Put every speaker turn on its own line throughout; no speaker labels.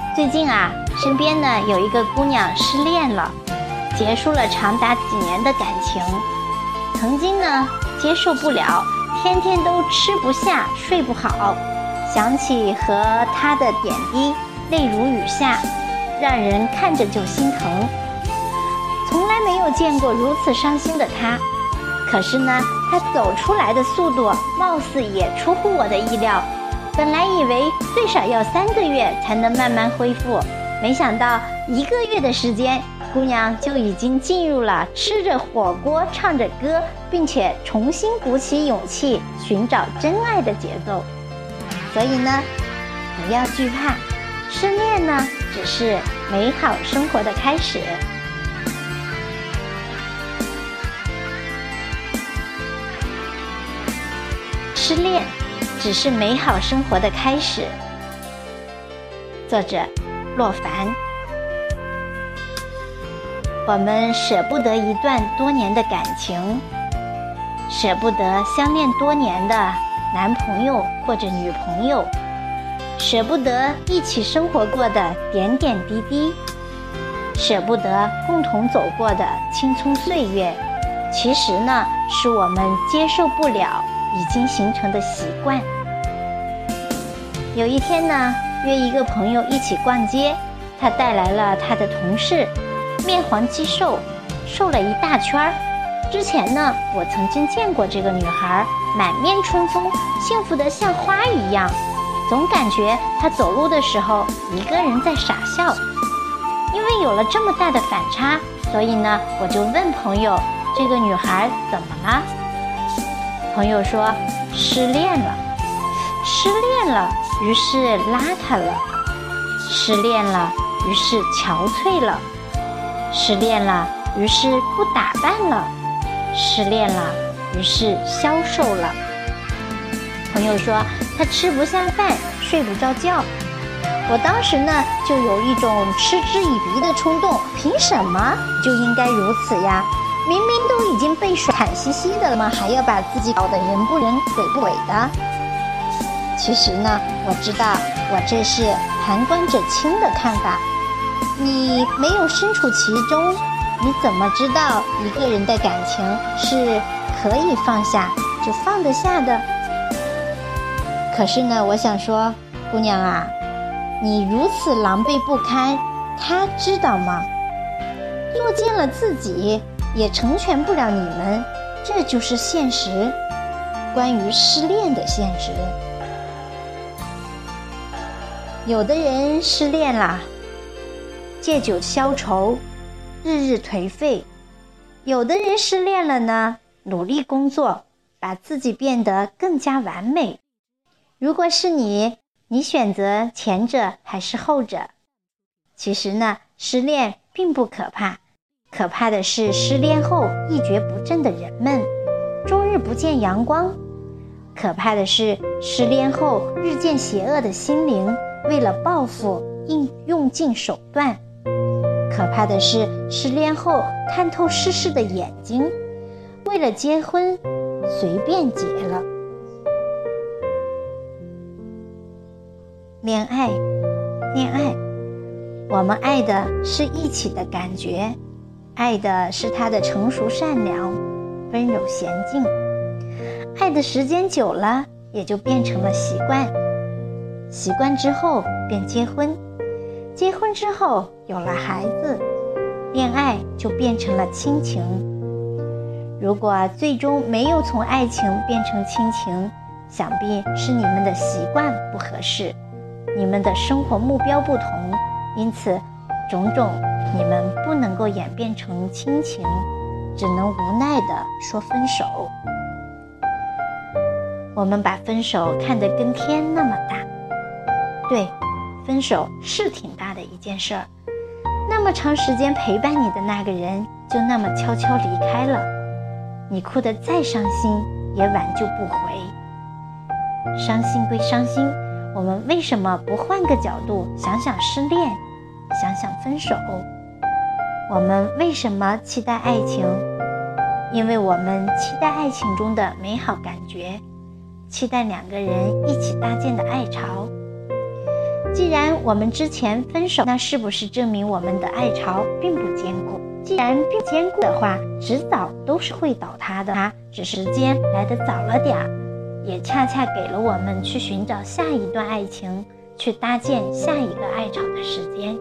最近啊，身边呢有一个姑娘失恋了，结束了长达几年的感情。曾经呢接受不了，天天都吃不下睡不好，想起和她的点滴，泪如雨下，让人看着就心疼。从来没有见过如此伤心的她，可是呢她走出来的速度貌似也出乎我的意料。本来以为最少要3个月才能慢慢恢复，没想到1个月的时间，姑娘就已经进入了吃着火锅唱着歌，并且重新鼓起勇气寻找真爱的节奏。所以呢，不要惧怕，失恋呢只是美好生活的开始。失恋只是美好生活的开始。作者洛凡。我们舍不得一段多年的感情，舍不得相恋多年的男朋友或者女朋友，舍不得一起生活过的点点滴滴，舍不得共同走过的青葱岁月。其实呢，是我们接受不了已经形成的习惯。有一天呢，约一个朋友一起逛街，他带来了他的同事，面黄肌瘦，瘦了一大圈。之前呢，我曾经见过这个女孩，满面春风，幸福得像花一样，总感觉她走路的时候一个人在傻笑。因为有了这么大的反差，所以呢，我就问朋友，这个女孩怎么了？朋友说失恋了。失恋了，于是邋遢了；失恋了，于是憔悴了；失恋了，于是不打扮了；失恋了，于是消瘦了。朋友说他吃不下饭，睡不着觉。我当时呢就有一种嗤之以鼻的冲动，凭什么就应该如此呀？明明都已经被水惨兮兮的了吗？还要把自己搞得人不人鬼不鬼的？其实呢，我知道我这是旁观者清的看法。你没有身处其中，你怎么知道一个人的感情是可以放下就放得下的？可是呢，我想说，姑娘啊，你如此狼狈不堪，他知道吗？作践了自己，也成全不了你们，这就是现实，关于失恋的现实。有的人失恋了，借酒消愁，日日颓废；有的人失恋了呢，努力工作，把自己变得更加完美。如果是你选择前者还是后者？其实呢，失恋并不可怕，可怕的是失恋后一蹶不振的人们，终日不见阳光。可怕的是失恋后日渐邪恶的心灵，为了报复用尽手段。可怕的是失恋后看透世事的眼睛，为了结婚随便结了。恋爱，我们爱的是一起的感觉，爱的是他的成熟善良，温柔娴静。爱的时间久了，也就变成了习惯，习惯之后便结婚，结婚之后有了孩子，恋爱就变成了亲情。如果最终没有从爱情变成亲情，想必是你们的习惯不合适，你们的生活目标不同，因此种种你们不能够演变成亲情，只能无奈地说分手。我们把分手看得跟天那么大，对，分手是挺大的一件事儿。那么长时间陪伴你的那个人，就那么悄悄离开了，你哭得再伤心，也挽救不回。伤心归伤心，我们为什么不换个角度想想失恋，想想分手？我们为什么期待爱情？因为我们期待爱情中的美好感觉，期待2个人一起搭建的爱巢。 既然我们之前分手，那是不是证明我们的爱巢并不坚固？既然并不坚固的话，迟早都是会倒塌的，它只是时间来得早了点儿，也恰恰给了我们去寻找下一段爱情，去搭建下一个爱巢的时间。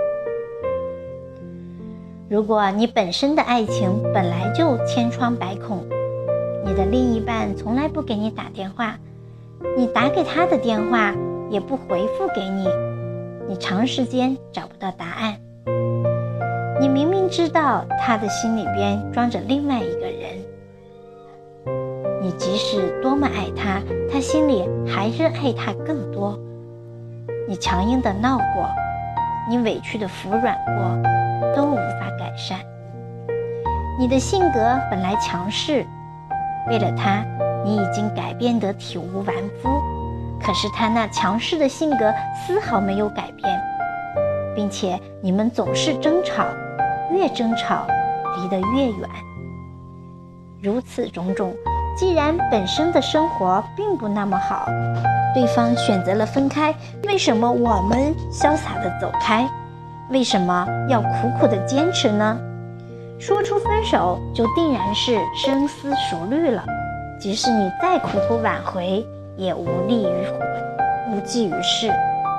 如果你本身的爱情本来就千疮百孔，你的另一半从来不给你打电话，你打给他的电话也不回复给你，你长时间找不到答案。你明明知道他的心里边装着另外一个人，你即使多么爱他，他心里还是爱他更多。你强硬的闹过，你委屈的服软过，都无法改善。你的性格本来强势，为了他，你已经改变得体无完肤，可是他那强势的性格丝毫没有改变，并且你们总是争吵，越争吵离得越远。如此种种，既然本身的生活并不那么好，对方选择了分开，为什么我们潇洒地走开？为什么要苦苦地坚持呢？说出分手就定然是深思熟虑了，即使你再苦苦挽回，也无济于事。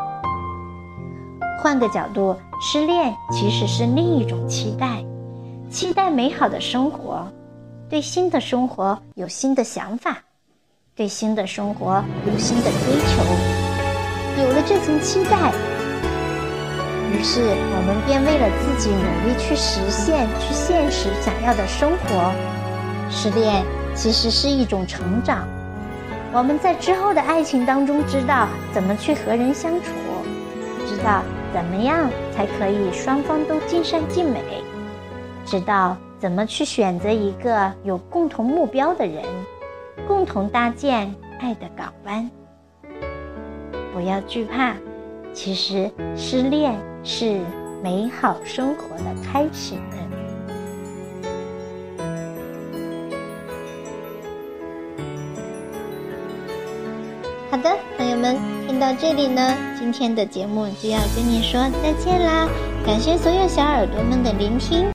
换个角度，失恋其实是另一种期待，期待美好的生活，对新的生活有新的想法，对新的生活有新的追求。有了这层期待，于是我们便为了自己努力去实现，去现实想要的生活。失恋其实是一种成长，我们在之后的爱情当中知道怎么去和人相处，知道怎么样才可以双方都尽善尽美，知道怎么去选择一个有共同目标的人，共同搭建爱的港湾。不要惧怕，其实失恋是美好生活的开始。好的，朋友们，听到这里呢，今天的节目就要跟你说再见啦！感谢所有小耳朵们的聆听。